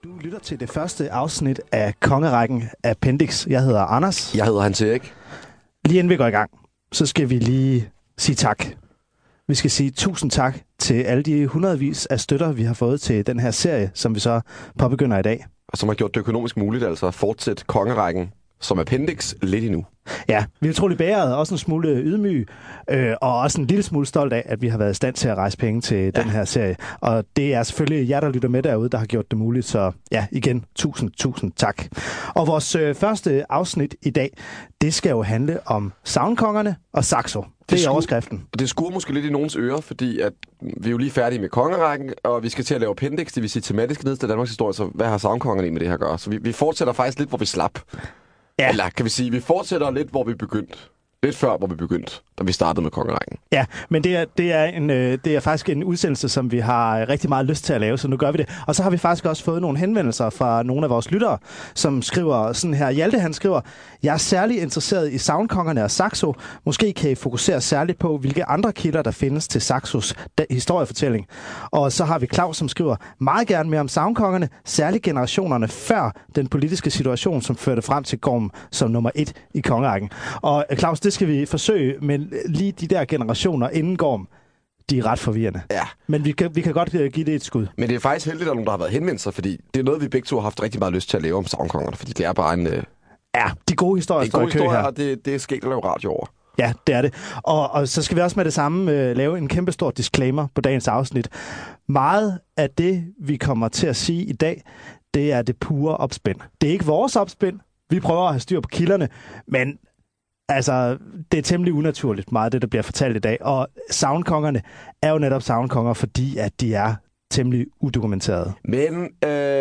Du lytter til det første afsnit af Kongerækken Appendix. Jeg hedder Anders. Jeg hedder Hans Erik. Lige inden vi går i gang, så skal vi lige sige tak. Vi skal sige tusind tak til alle de hundredvis af støtter, vi har fået til den her serie, som vi så påbegynder i dag. Og som har gjort det økonomisk muligt, altså at fortsætte Kongerækken som Appendix lidt endnu. Ja, vi er utrolig bæret, også en smule ydmyg, og også en lille smule stolt af, at vi har været i stand til at rejse penge til den her serie. Og det er selvfølgelig jer, der lytter med derude, der har gjort det muligt. Så ja, igen, tusind tak. Og vores første afsnit i dag, det skal jo handle om Sagnkongerne og Saxo. Det er overskriften. Det skuer måske lidt i nogens ører, fordi at vi er jo lige færdige med Kongerækken, og vi skal til at lave Appendix, det vil sige tematisk ned til Danmarks historie, så hvad har Sagnkongerne egentlig med det her at gøre? Så vi fortsætter faktisk lidt, hvor vi slap. Ja. Eller kan vi sige, vi fortsætter lidt, hvor vi begyndte. Lidt før, hvor vi begyndte, da vi startede med Kongerækken. Ja, men det er faktisk en udsendelse, som vi har rigtig meget lyst til at lave, så nu gør vi det. Og så har vi faktisk også fået nogle henvendelser fra nogle af vores lyttere, som skriver sådan her. Hjalte, han skriver, jeg er særlig interesseret i Sagnkongerne og Saxo. Måske kan I fokusere særligt på, hvilke andre kilder, der findes til Saxos historiefortælling. Og så har vi Claus, som skriver, meget gerne mere om Sagnkongerne, særligt generationerne før den politiske situation, som førte frem til Gorm som nummer 1 i Kongerækken. Og Claus, det skal vi forsøge, men lige de der generationer inden Gorm, de er ret forvirrende. Ja. Men vi kan godt give det et skud. Men det er faktisk heldigt, at nogen, der har været henvendelser, fordi det er noget, vi begge to har haft rigtig meget lyst til at lave om Sagnkongerne, fordi det er bare en... Ja, de gode historier. Det er gode historier, og det er sket at lave radio over. Ja, det er det. Og så skal vi også med det samme lave en kæmpe stor disclaimer på dagens afsnit. Meget af det, vi kommer til at sige i dag, det er det pure opspind. Det er ikke vores opspind. Vi prøver at have styr på kilderne, men altså, det er temmelig unaturligt meget, det der bliver fortalt i dag. Og Sagnkongerne er jo netop Sagnkonger, fordi at de er temmelig udokumenterede. Men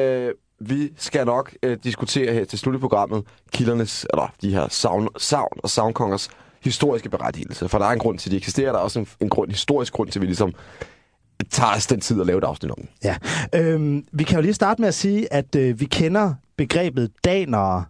vi skal nok diskutere her til slutteprogrammet kildernes, eller de her sagn og Sagnkongers historiske berettigelse. For der er en grund til, at de eksisterer. Der er også en historisk grund til, at vi ligesom tager os den tid at lave et afsnit om den. Ja. Vi kan jo lige starte med at sige, at vi kender begrebet danere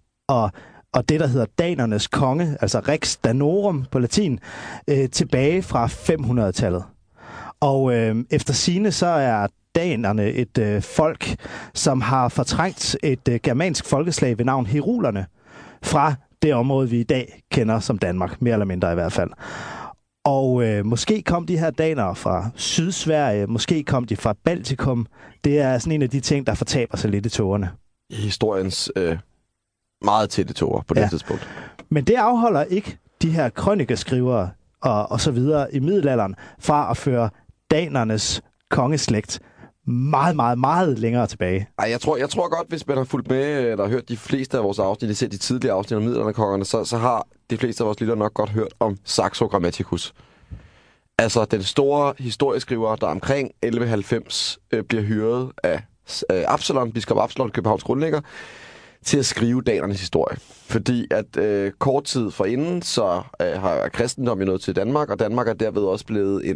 og det, der hedder danernes konge, altså Rex Danorum på latin, tilbage fra 500-tallet. Og efter sigende, så er danerne et folk, som har fortrængt et germansk folkeslag ved navn herulerne fra det område, vi i dag kender som Danmark, mere eller mindre i hvert fald. Og måske kom de her danere fra Sydsverige, måske kom de fra Baltikum. Det er sådan en af de ting, der fortaber sig lidt i tågerne. I historiens meget tætte tåger på det tidspunkt. Men det afholder ikke de her krønikeskrivere og så videre i middelalderen fra at føre danernes kongeslægt meget længere tilbage. Ej, jeg tror godt, hvis man har fulgt med eller hørt de fleste af vores afsnit, især de tidligere afsnit om middelalderkongerne, så har de fleste af vores lyttere nok godt hørt om Saxo Grammaticus. Altså den store historieskriver, der omkring 1190 bliver hyret af Absalon, biskop Absalon, Københavns grundlægger, til at skrive danernes historie. Fordi at kort tid forinden, så har kristendom jo nået til Danmark, og Danmark er derved også blevet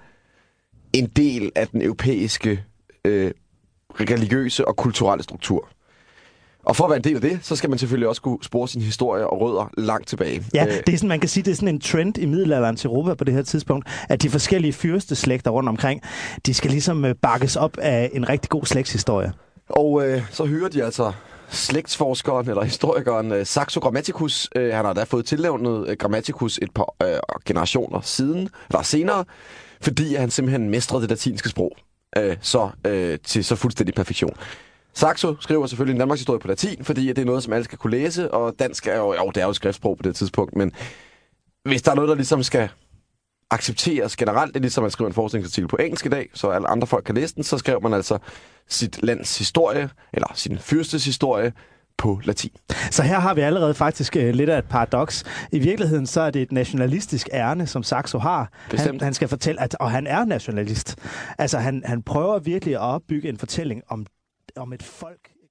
en del af den europæiske religiøse og kulturelle struktur. Og for at være en del af det, så skal man selvfølgelig også kunne spore sin historie og rødder langt tilbage. Ja, det er sådan, man kan sige, det er sådan en trend i middelalderen til Europa på det her tidspunkt, at de forskellige fyrsteslægter rundt omkring, de skal ligesom bakkes op af en rigtig god slægtshistorie. Og så hører de altså slægtsforskeren eller historikeren Saxo Grammaticus. Han har da fået tilnævnet Grammaticus et par generationer senere, fordi han simpelthen mestrede det latinske sprog til så fuldstændig perfektion. Saxo skriver selvfølgelig en Danmarks historie på latin, fordi det er noget, som alle skal kunne læse, og dansk er jo det er jo et skriftsprog på det tidspunkt, men hvis der er noget, der ligesom skal accepteres generelt, det er ligesom, man skriver en forskningsartikel på engelsk i dag, så alle andre folk kan læse den, så skriver man altså sit lands historie, eller sin fyrstes historie, på latin. Så her har vi allerede faktisk lidt af et paradoks. I virkeligheden så er det et nationalistisk ærne, som Saxo har. Han skal fortælle, og han er nationalist. Altså han prøver virkelig at opbygge en fortælling om et folk,